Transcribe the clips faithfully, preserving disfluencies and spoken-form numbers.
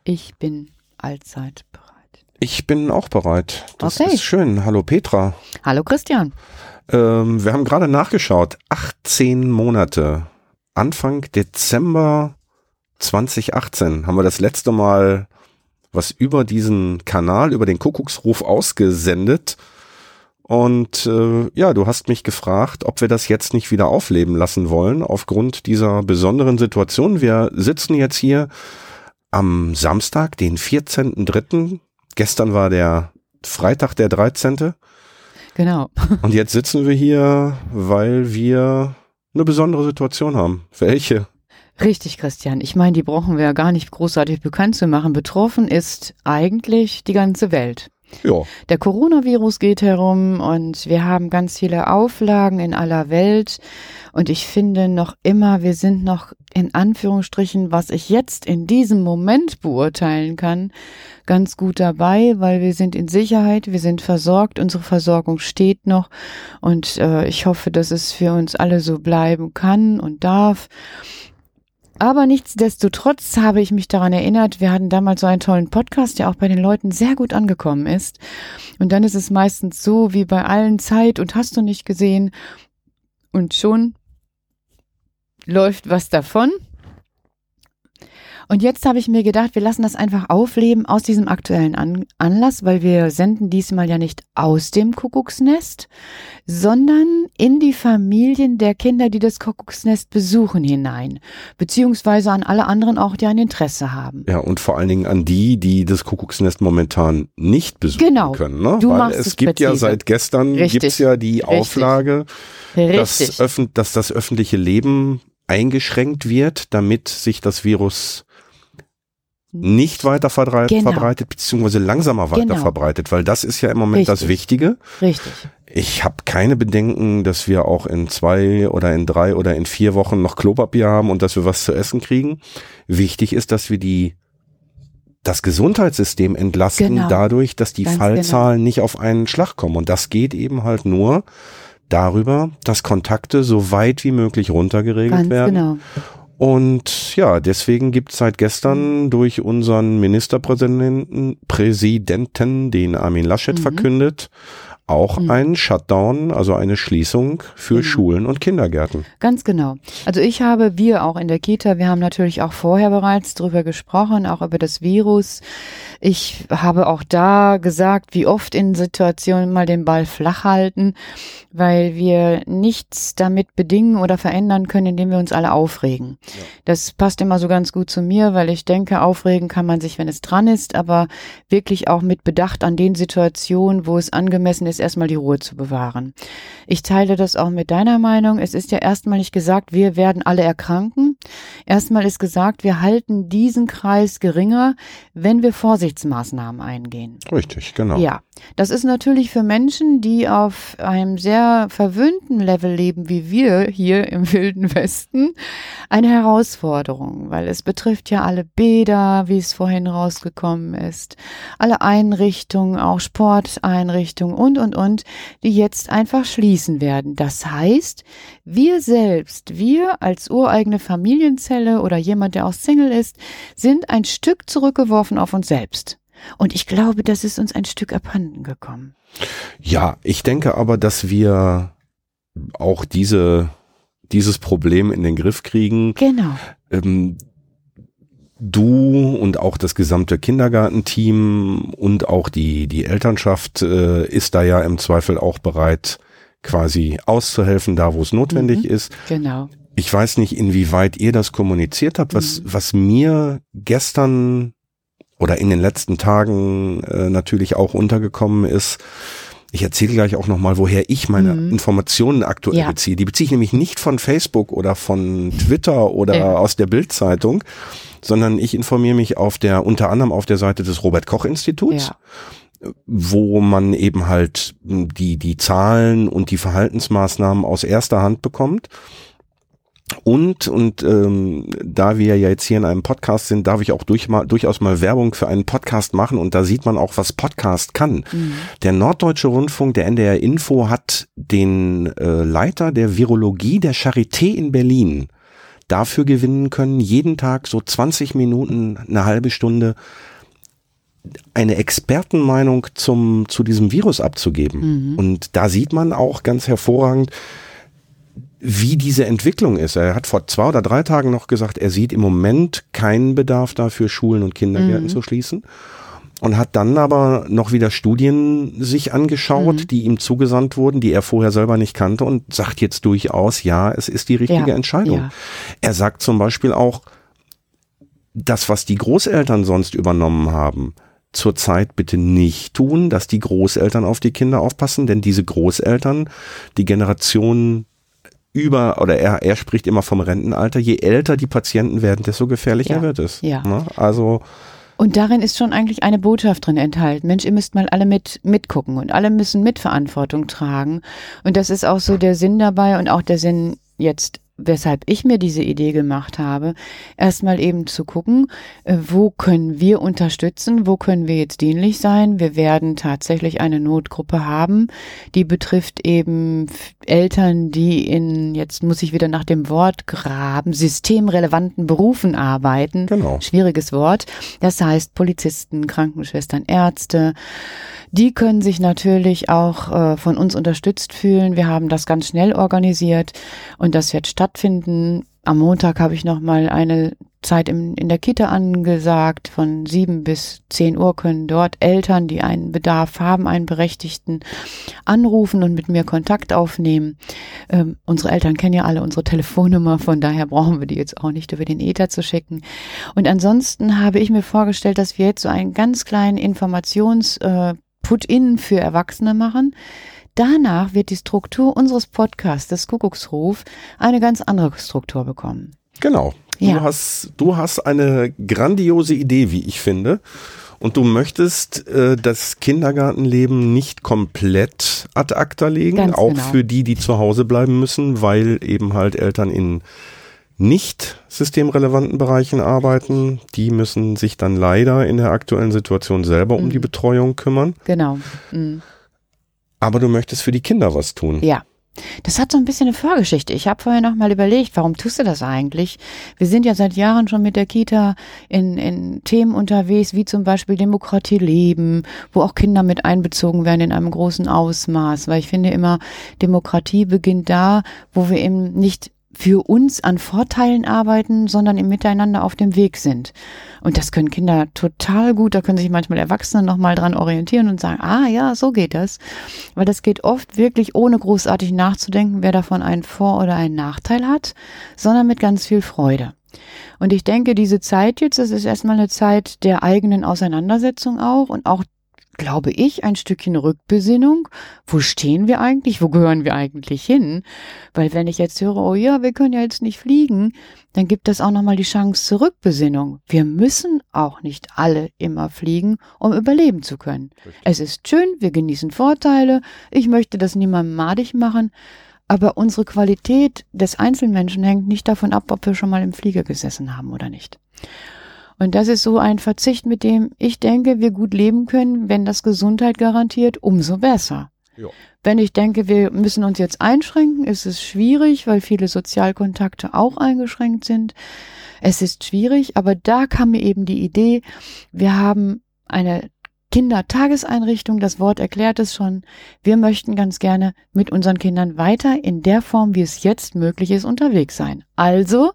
Ich bin allzeit bereit. Ich bin auch bereit. Das Okay. ist schön. Hallo Petra. Hallo Christian. Ähm, wir haben gerade nachgeschaut. achtzehn Monate. Anfang Dezember zwanzig achtzehn haben wir das letzte Mal was über diesen Kanal, über den Kuckucksruf ausgesendet. Und äh, ja, du hast mich gefragt, ob wir das jetzt nicht wieder aufleben lassen wollen, aufgrund dieser besonderen Situation. Wir sitzen jetzt hier am Samstag, den vierzehnten dritten Gestern war der Freitag, der dreizehnte Genau. Und jetzt sitzen wir hier, weil wir eine besondere Situation haben. Welche? Richtig, Christian. Ich meine, die brauchen wir ja gar nicht großartig bekannt zu machen. Betroffen ist eigentlich die ganze Welt. Ja. Der Coronavirus geht herum und wir haben ganz viele Auflagen in aller Welt. Und ich finde noch immer, wir sind noch in Anführungsstrichen, was ich jetzt in diesem Moment beurteilen kann, ganz gut dabei, weil wir sind in Sicherheit, wir sind versorgt, unsere Versorgung steht noch. Und äh, ich hoffe, dass es für uns alle so bleiben kann und darf. Aber nichtsdestotrotz habe ich mich daran erinnert, wir hatten damals so einen tollen Podcast, der auch bei den Leuten sehr gut angekommen ist. Und dann ist es meistens so, wie bei allen Zeit und hast du nicht gesehen. Und schon läuft was davon. Und jetzt habe ich mir gedacht, wir lassen das einfach aufleben aus diesem aktuellen An- Anlass, weil wir senden diesmal ja nicht aus dem Kuckucksnest, sondern in die Familien der Kinder, die das Kuckucksnest besuchen, hinein. Beziehungsweise an alle anderen auch, die ein Interesse haben. Ja, und vor allen Dingen an die, die das Kuckucksnest momentan nicht besuchen Genau. können. Ne? Du Weil machst es es gibt ja präzise. seit gestern Richtig. gibt's ja die Richtig. Auflage, dass, Richtig. öffn- dass das öffentliche Leben eingeschränkt wird, damit sich das Virus nicht weiter verdreit, Genau. verbreitet, beziehungsweise langsamer weiter Genau. verbreitet, weil das ist ja im Moment das Richtig. Wichtige. Richtig. Ich habe keine Bedenken, dass wir auch in zwei oder in drei oder in vier Wochen noch Klopapier haben und dass wir was zu essen kriegen. Wichtig ist, dass wir die das Gesundheitssystem entlasten Genau. dadurch, dass die Ganz Fallzahlen nicht auf einen Schlag kommen. Und das geht eben halt nur darüber, dass Kontakte so weit wie möglich runtergeregelt Ganz werden. genau. Und ja, deswegen gibt es seit gestern durch unseren Ministerpräsidenten, Präsidenten, den Armin Laschet Mhm. verkündet, auch Mhm. einen Shutdown, also eine Schließung für Genau. Schulen und Kindergärten. Ganz genau. Also ich habe, wir auch in der Kita, wir haben natürlich auch vorher bereits drüber gesprochen, auch über das Virus. Ich habe auch da gesagt, wie oft in Situationen mal den Ball flach halten, weil wir nichts damit bedingen oder verändern können, indem wir uns alle aufregen. Ja. Das passt immer so ganz gut zu mir, weil ich denke, aufregen kann man sich, wenn es dran ist, aber wirklich auch mit Bedacht an den Situationen, wo es angemessen ist, erstmal die Ruhe zu bewahren. Ich teile das auch mit deiner Meinung. Es ist ja erstmal nicht gesagt, wir werden alle erkranken. Erstmal ist gesagt, wir halten diesen Kreis geringer, wenn wir Vorsichtsmaßnahmen eingehen. Richtig, genau. Ja, das ist natürlich für Menschen, die auf einem sehr verwöhnten Level leben, wie wir hier im Wilden Westen, eine Herausforderung, weil es betrifft ja alle Bäder, wie es vorhin rausgekommen ist, alle Einrichtungen, auch Sporteinrichtungen und, und, und, die jetzt einfach schließen werden. Das heißt, wir selbst, wir als ureigene Familienzelle oder jemand, der auch Single ist, sind ein Stück zurückgeworfen auf uns selbst. Und ich glaube, das ist uns ein Stück abhanden gekommen. Ja, ich denke aber, dass wir auch diese, dieses Problem in den Griff kriegen. Genau. Ähm, du und auch das gesamte Kindergartenteam und auch die, die Elternschaft äh, ist da ja im Zweifel auch bereit, quasi auszuhelfen, da wo es notwendig Mhm. ist. Genau. Ich weiß nicht, inwieweit ihr das kommuniziert habt. Was, Mhm. was mir gestern oder in den letzten Tagen äh, natürlich auch untergekommen ist, ich erzähle gleich auch nochmal, woher ich meine Mhm. Informationen aktuell Ja. beziehe. Die beziehe ich nämlich nicht von Facebook oder von Twitter oder Ja. aus der Bild-Zeitung, sondern ich informiere mich auf der, unter anderem auf der Seite des Robert-Koch-Instituts, Ja. wo man eben halt die, die Zahlen und die Verhaltensmaßnahmen aus erster Hand bekommt. Und, und ähm, da wir ja jetzt hier in einem Podcast sind, darf ich auch durch mal, durchaus mal Werbung für einen Podcast machen und da sieht man auch, was Podcast kann. Mhm. Der Norddeutsche Rundfunk, der N D R Info, hat den äh, Leiter der Virologie der Charité in Berlin dafür gewinnen können, jeden Tag so zwanzig Minuten, eine halbe Stunde eine Expertenmeinung zum, zu diesem Virus abzugeben. Mhm. Und da sieht man auch ganz hervorragend, wie diese Entwicklung ist. Er hat vor zwei oder drei Tagen noch gesagt, er sieht im Moment keinen Bedarf dafür, Schulen und Kindergärten mhm. zu schließen. Und hat dann aber noch wieder Studien sich angeschaut, mhm. die ihm zugesandt wurden, die er vorher selber nicht kannte und sagt jetzt durchaus, ja, es ist die richtige ja, Entscheidung. Ja. Er sagt zum Beispiel auch, das, was die Großeltern sonst übernommen haben, zurzeit bitte nicht tun, dass die Großeltern auf die Kinder aufpassen, denn diese Großeltern, die Generation über, oder er, er spricht immer vom Rentenalter, je älter die Patienten werden, desto gefährlicher ja. wird es. Ja. Ne? Also und darin ist schon eigentlich eine Botschaft drin enthalten. Mensch, ihr müsst mal alle mit mitgucken und alle müssen Mitverantwortung tragen. Und das ist auch so der Sinn dabei und auch der Sinn jetzt, weshalb ich mir diese Idee gemacht habe, erstmal eben zu gucken, wo können wir unterstützen, wo können wir jetzt dienlich sein. Wir werden tatsächlich eine Notgruppe haben, die betrifft eben Eltern, die in, jetzt muss ich wieder nach dem Wort graben, systemrelevanten Berufen arbeiten. Genau. Schwieriges Wort. Das heißt Polizisten, Krankenschwestern, Ärzte. Die können sich natürlich auch äh, von uns unterstützt fühlen. Wir haben das ganz schnell organisiert und das wird stattfinden. Am Montag habe ich noch mal eine Zeit im, in der Kita angesagt. Von sieben bis zehn Uhr können dort Eltern, die einen Bedarf haben, einen Berechtigten, anrufen und mit mir Kontakt aufnehmen. Ähm, unsere Eltern kennen ja alle unsere Telefonnummer, von daher brauchen wir die jetzt auch nicht über den Äther zu schicken. Und ansonsten habe ich mir vorgestellt, dass wir jetzt so einen ganz kleinen Informations- äh, Put-in für Erwachsene machen. Danach wird die Struktur unseres Podcasts, des Kuckucksruf, eine ganz andere Struktur bekommen. Genau. Ja. Du hast, du hast eine grandiose Idee, wie ich finde. Und du möchtest äh, das Kindergartenleben nicht komplett ad acta legen, ganz auch genau. für die, die zu Hause bleiben müssen, weil eben halt Eltern in nicht systemrelevanten Bereichen arbeiten, die müssen sich dann leider in der aktuellen Situation selber um mhm. die Betreuung kümmern. Genau. Mhm. Aber du möchtest für die Kinder was tun. Ja. Das hat so ein bisschen eine Vorgeschichte. Ich habe vorher noch mal überlegt, warum tust du das eigentlich? Wir sind ja seit Jahren schon mit der Kita in, in Themen unterwegs, wie zum Beispiel Demokratie leben, wo auch Kinder mit einbezogen werden in einem großen Ausmaß. Weil ich finde immer, Demokratie beginnt da, wo wir eben nicht für uns an Vorteilen arbeiten, sondern im Miteinander auf dem Weg sind. Und das können Kinder total gut, da können sich manchmal Erwachsene nochmal dran orientieren und sagen, ah ja, so geht das. Weil das geht oft wirklich ohne großartig nachzudenken, wer davon einen Vor- oder einen Nachteil hat, sondern mit ganz viel Freude. Und ich denke, diese Zeit jetzt, das ist erstmal eine Zeit der eigenen Auseinandersetzung auch und auch, glaube ich, ein Stückchen Rückbesinnung. Wo stehen wir eigentlich? Wo gehören wir eigentlich hin? Weil wenn ich jetzt höre, oh ja, wir können ja jetzt nicht fliegen, dann gibt das auch nochmal die Chance zur Rückbesinnung. Wir müssen auch nicht alle immer fliegen, um überleben zu können. Richtig. Es ist schön, wir genießen Vorteile. Ich möchte das niemandem madig machen. Aber unsere Qualität des Einzelmenschen hängt nicht davon ab, ob wir schon mal im Flieger gesessen haben oder nicht. Und das ist so ein Verzicht, mit dem ich denke, wir gut leben können, wenn das Gesundheit garantiert, umso besser. Jo. Wenn ich denke, wir müssen uns jetzt einschränken, ist es schwierig, weil viele Sozialkontakte auch eingeschränkt sind. Es ist schwierig, aber da kam mir eben die Idee, wir haben eine Kindertageseinrichtung, das Wort erklärt es schon. Wir möchten ganz gerne mit unseren Kindern weiter in der Form, wie es jetzt möglich ist, unterwegs sein. Also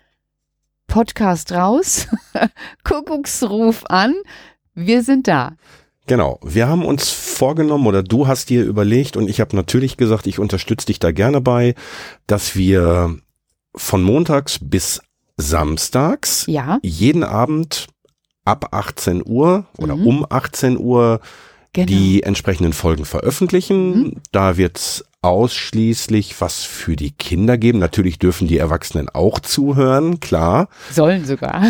Podcast raus, Kuckucksruf an, wir sind da. Genau, wir haben uns vorgenommen oder du hast dir überlegt und ich habe natürlich gesagt, ich unterstütze dich da gerne bei, dass wir von montags bis samstags ja. jeden Abend ab achtzehn Uhr oder mhm. um achtzehn Uhr genau. die entsprechenden Folgen veröffentlichen. Mhm. Da wird's ausschließlich was für die Kinder geben. Natürlich dürfen die Erwachsenen auch zuhören, klar. Sollen sogar.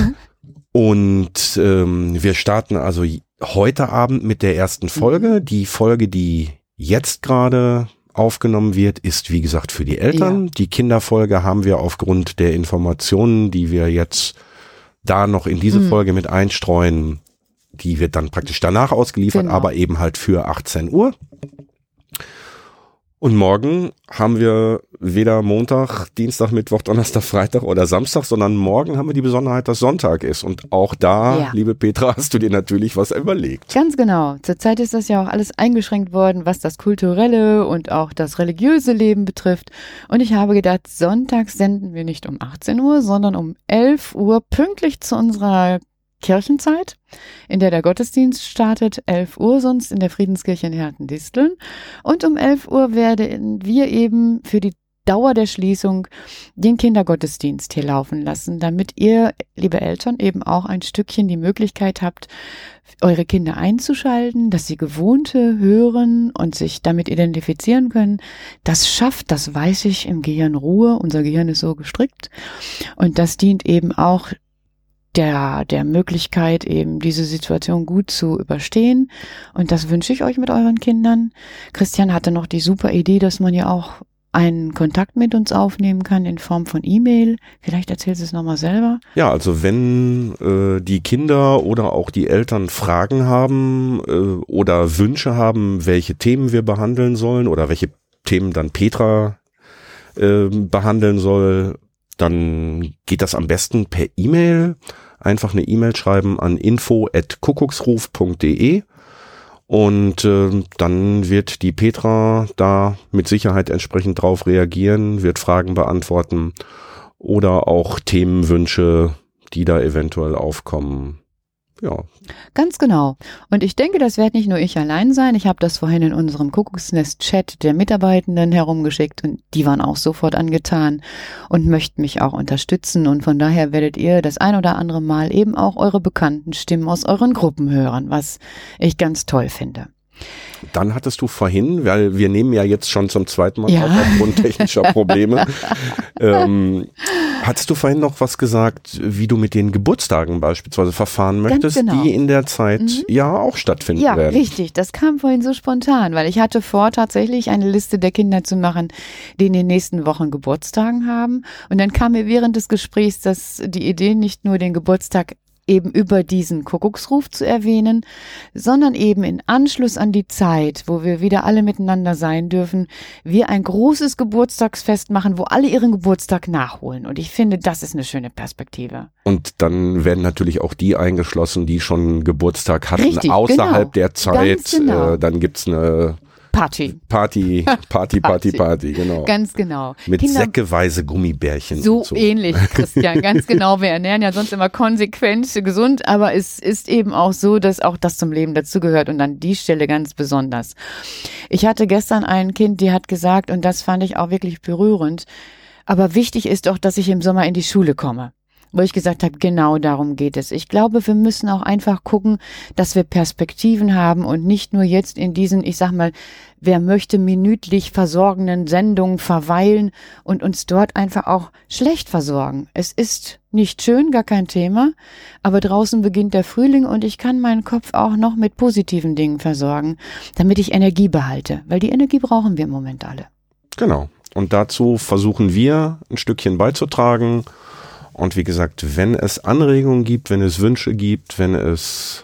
Und ähm, wir starten also heute Abend mit der ersten Folge. Mhm. Die Folge, die jetzt gerade aufgenommen wird, ist wie gesagt für die Eltern. Ja. Die Kinderfolge haben wir aufgrund der Informationen, die wir jetzt da noch in diese mhm. Folge mit einstreuen, die wird dann praktisch danach ausgeliefert, genau. aber eben halt für achtzehn Uhr. Und morgen haben wir weder Montag, Dienstag, Mittwoch, Donnerstag, Freitag oder Samstag, sondern morgen haben wir die Besonderheit, dass Sonntag ist. Und auch da, ja. liebe Petra, hast du dir natürlich was überlegt. Ganz genau. Zurzeit ist das ja auch alles eingeschränkt worden, was das kulturelle und auch das religiöse Leben betrifft. Und ich habe gedacht, sonntags senden wir nicht um achtzehn Uhr, sondern um elf Uhr, pünktlich zu unserer Kirchenzeit, in der der Gottesdienst startet, elf Uhr sonst in der Friedenskirche in Herten-Disteln. Und um elf Uhr werden wir eben für die Dauer der Schließung den Kindergottesdienst hier laufen lassen, damit ihr, liebe Eltern, eben auch ein Stückchen die Möglichkeit habt, eure Kinder einzuschalten, dass sie Gewohnte hören und sich damit identifizieren können. Das schafft, das weiß ich, im Gehirn Ruhe. Unser Gehirn ist so gestrickt. Und das dient eben auch der, der Möglichkeit, eben diese Situation gut zu überstehen. Und das wünsche ich euch mit euren Kindern. Christian hatte noch die super Idee, dass man ja auch einen Kontakt mit uns aufnehmen kann in Form von E-Mail. Vielleicht erzählst du es nochmal selber. Ja, also wenn äh, die Kinder oder auch die Eltern Fragen haben äh, oder Wünsche haben, welche Themen wir behandeln sollen oder welche Themen dann Petra äh, behandeln soll, dann geht das am besten per E-Mail. Einfach eine E-Mail schreiben an info at kuckucksruf punkt de und äh, dann wird die Petra da mit Sicherheit entsprechend drauf reagieren, wird Fragen beantworten oder auch Themenwünsche, die da eventuell aufkommen. Ja. Ganz genau. Und ich denke, das wird nicht nur ich allein sein. Ich habe das vorhin in unserem Kuckucksnest-Chat der Mitarbeitenden herumgeschickt und die waren auch sofort angetan und möchten mich auch unterstützen. Und von daher werdet ihr das ein oder andere Mal eben auch eure bekannten Stimmen aus euren Gruppen hören, was ich ganz toll finde. Dann hattest du vorhin, weil wir nehmen ja jetzt schon zum zweiten Mal ja. auf aufgrund technischer Probleme, ähm, hattest du vorhin noch was gesagt, wie du mit den Geburtstagen beispielsweise verfahren möchtest, genau. die in der Zeit mhm. ja auch stattfinden ja, werden. Ja, richtig. Das kam vorhin so spontan, weil ich hatte vor, tatsächlich eine Liste der Kinder zu machen, die in den nächsten Wochen Geburtstagen haben. Und dann kam mir während des Gesprächs das, die Idee, nicht nur den Geburtstag eben über diesen Kuckucksruf zu erwähnen, sondern eben in Anschluss an die Zeit, wo wir wieder alle miteinander sein dürfen, wir ein großes Geburtstagsfest machen, wo alle ihren Geburtstag nachholen. Und ich finde, das ist eine schöne Perspektive. Und dann werden natürlich auch die eingeschlossen, die schon Geburtstag hatten, Richtig, außerhalb genau. der Zeit. Ganz genau. Äh, dann gibt's eine Party. Party, Party, Party, Party, genau. Ganz genau. Mit Kinder, säckeweise Gummibärchen. So, und so ähnlich, Christian, ganz genau. Wir ernähren ja sonst immer konsequent gesund, aber es ist eben auch so, dass auch das zum Leben dazugehört und an die Stelle ganz besonders. Ich hatte gestern ein Kind, die hat gesagt, und das fand ich auch wirklich berührend, aber wichtig ist doch, dass ich im Sommer in die Schule komme. Wo ich gesagt habe, genau darum geht es. Ich glaube, wir müssen auch einfach gucken, dass wir Perspektiven haben und nicht nur jetzt in diesen, ich sag mal, wer möchte minütlich versorgenden Sendungen verweilen und uns dort einfach auch schlecht versorgen. Es ist nicht schön, gar kein Thema, aber draußen beginnt der Frühling und ich kann meinen Kopf auch noch mit positiven Dingen versorgen, damit ich Energie behalte, weil die Energie brauchen wir im Moment alle. Genau. Und dazu versuchen wir ein Stückchen beizutragen. Und wie gesagt, wenn es Anregungen gibt, wenn es Wünsche gibt, wenn es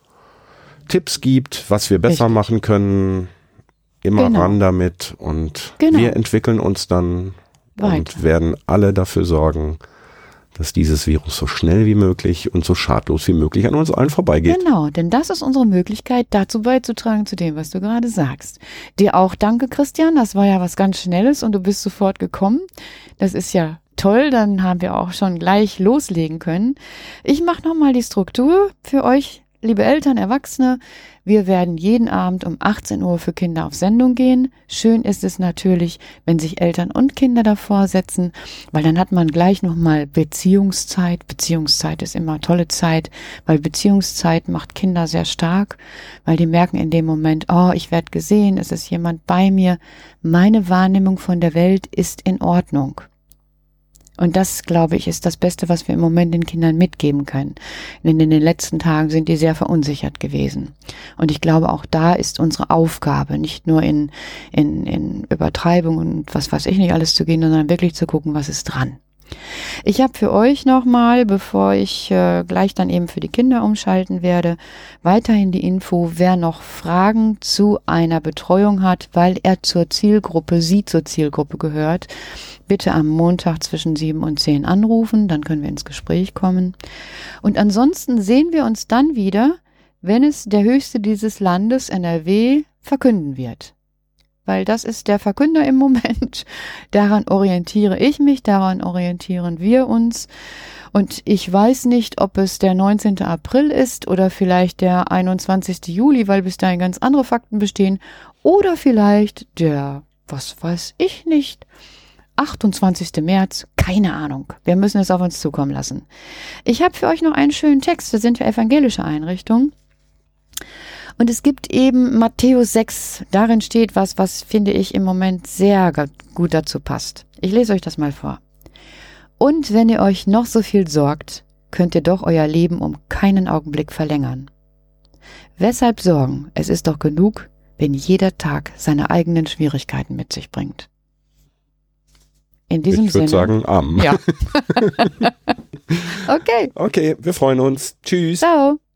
Tipps gibt, was wir besser Richtig. machen können, immer genau. ran damit. Und genau. wir entwickeln uns dann Weiter. und werden alle dafür sorgen, dass dieses Virus so schnell wie möglich und so schadlos wie möglich an uns allen vorbeigeht. Genau, denn das ist unsere Möglichkeit, dazu beizutragen, zu dem, was du gerade sagst. Dir auch danke, Christian, das war ja was ganz Schnelles und du bist sofort gekommen. Das ist ja toll, dann haben wir auch schon gleich loslegen können. Ich mache nochmal die Struktur für euch, liebe Eltern, Erwachsene. Wir werden jeden Abend um achtzehn Uhr für Kinder auf Sendung gehen. Schön ist es natürlich, wenn sich Eltern und Kinder davor setzen, weil dann hat man gleich nochmal Beziehungszeit. Beziehungszeit ist immer tolle Zeit, weil Beziehungszeit macht Kinder sehr stark, weil die merken in dem Moment, oh, ich werde gesehen, es ist jemand bei mir. Meine Wahrnehmung von der Welt ist in Ordnung. Und das, glaube ich, ist das Beste, was wir im Moment den Kindern mitgeben können. Denn in den letzten Tagen sind die sehr verunsichert gewesen. Und ich glaube, auch da ist unsere Aufgabe, nicht nur in, in, in Übertreibung und was weiß ich nicht alles zu gehen, sondern wirklich zu gucken, was ist dran. Ich habe für euch nochmal, bevor ich äh, gleich dann eben für die Kinder umschalten werde, weiterhin die Info, wer noch Fragen zu einer Betreuung hat, weil er zur Zielgruppe, sie zur Zielgruppe gehört, bitte am Montag zwischen sieben und zehn anrufen, dann können wir ins Gespräch kommen. Und ansonsten sehen wir uns dann wieder, wenn es der Höchste dieses Landes, N R W, verkünden wird. Weil das ist der Verkünder im Moment. Daran orientiere ich mich, daran orientieren wir uns. Und ich weiß nicht, ob es der neunzehnte April ist oder vielleicht der einundzwanzigste Juli, weil bis dahin ganz andere Fakten bestehen. Oder vielleicht der, was weiß ich nicht, achtundzwanzigste März, keine Ahnung. Wir müssen es auf uns zukommen lassen. Ich habe für euch noch einen schönen Text. Wir sind ja evangelische Einrichtung. Und es gibt eben Matthäus sechs, darin steht was, was finde ich im Moment sehr gut dazu passt. Ich lese euch das mal vor. Und wenn ihr euch noch so viel sorgt, könnt ihr doch euer Leben um keinen Augenblick verlängern. Weshalb sorgen? Es ist doch genug, wenn jeder Tag seine eigenen Schwierigkeiten mit sich bringt. In diesem ich Sinne. Ich würde sagen, Amen. Ja. Okay. Okay, wir freuen uns. Tschüss. Ciao.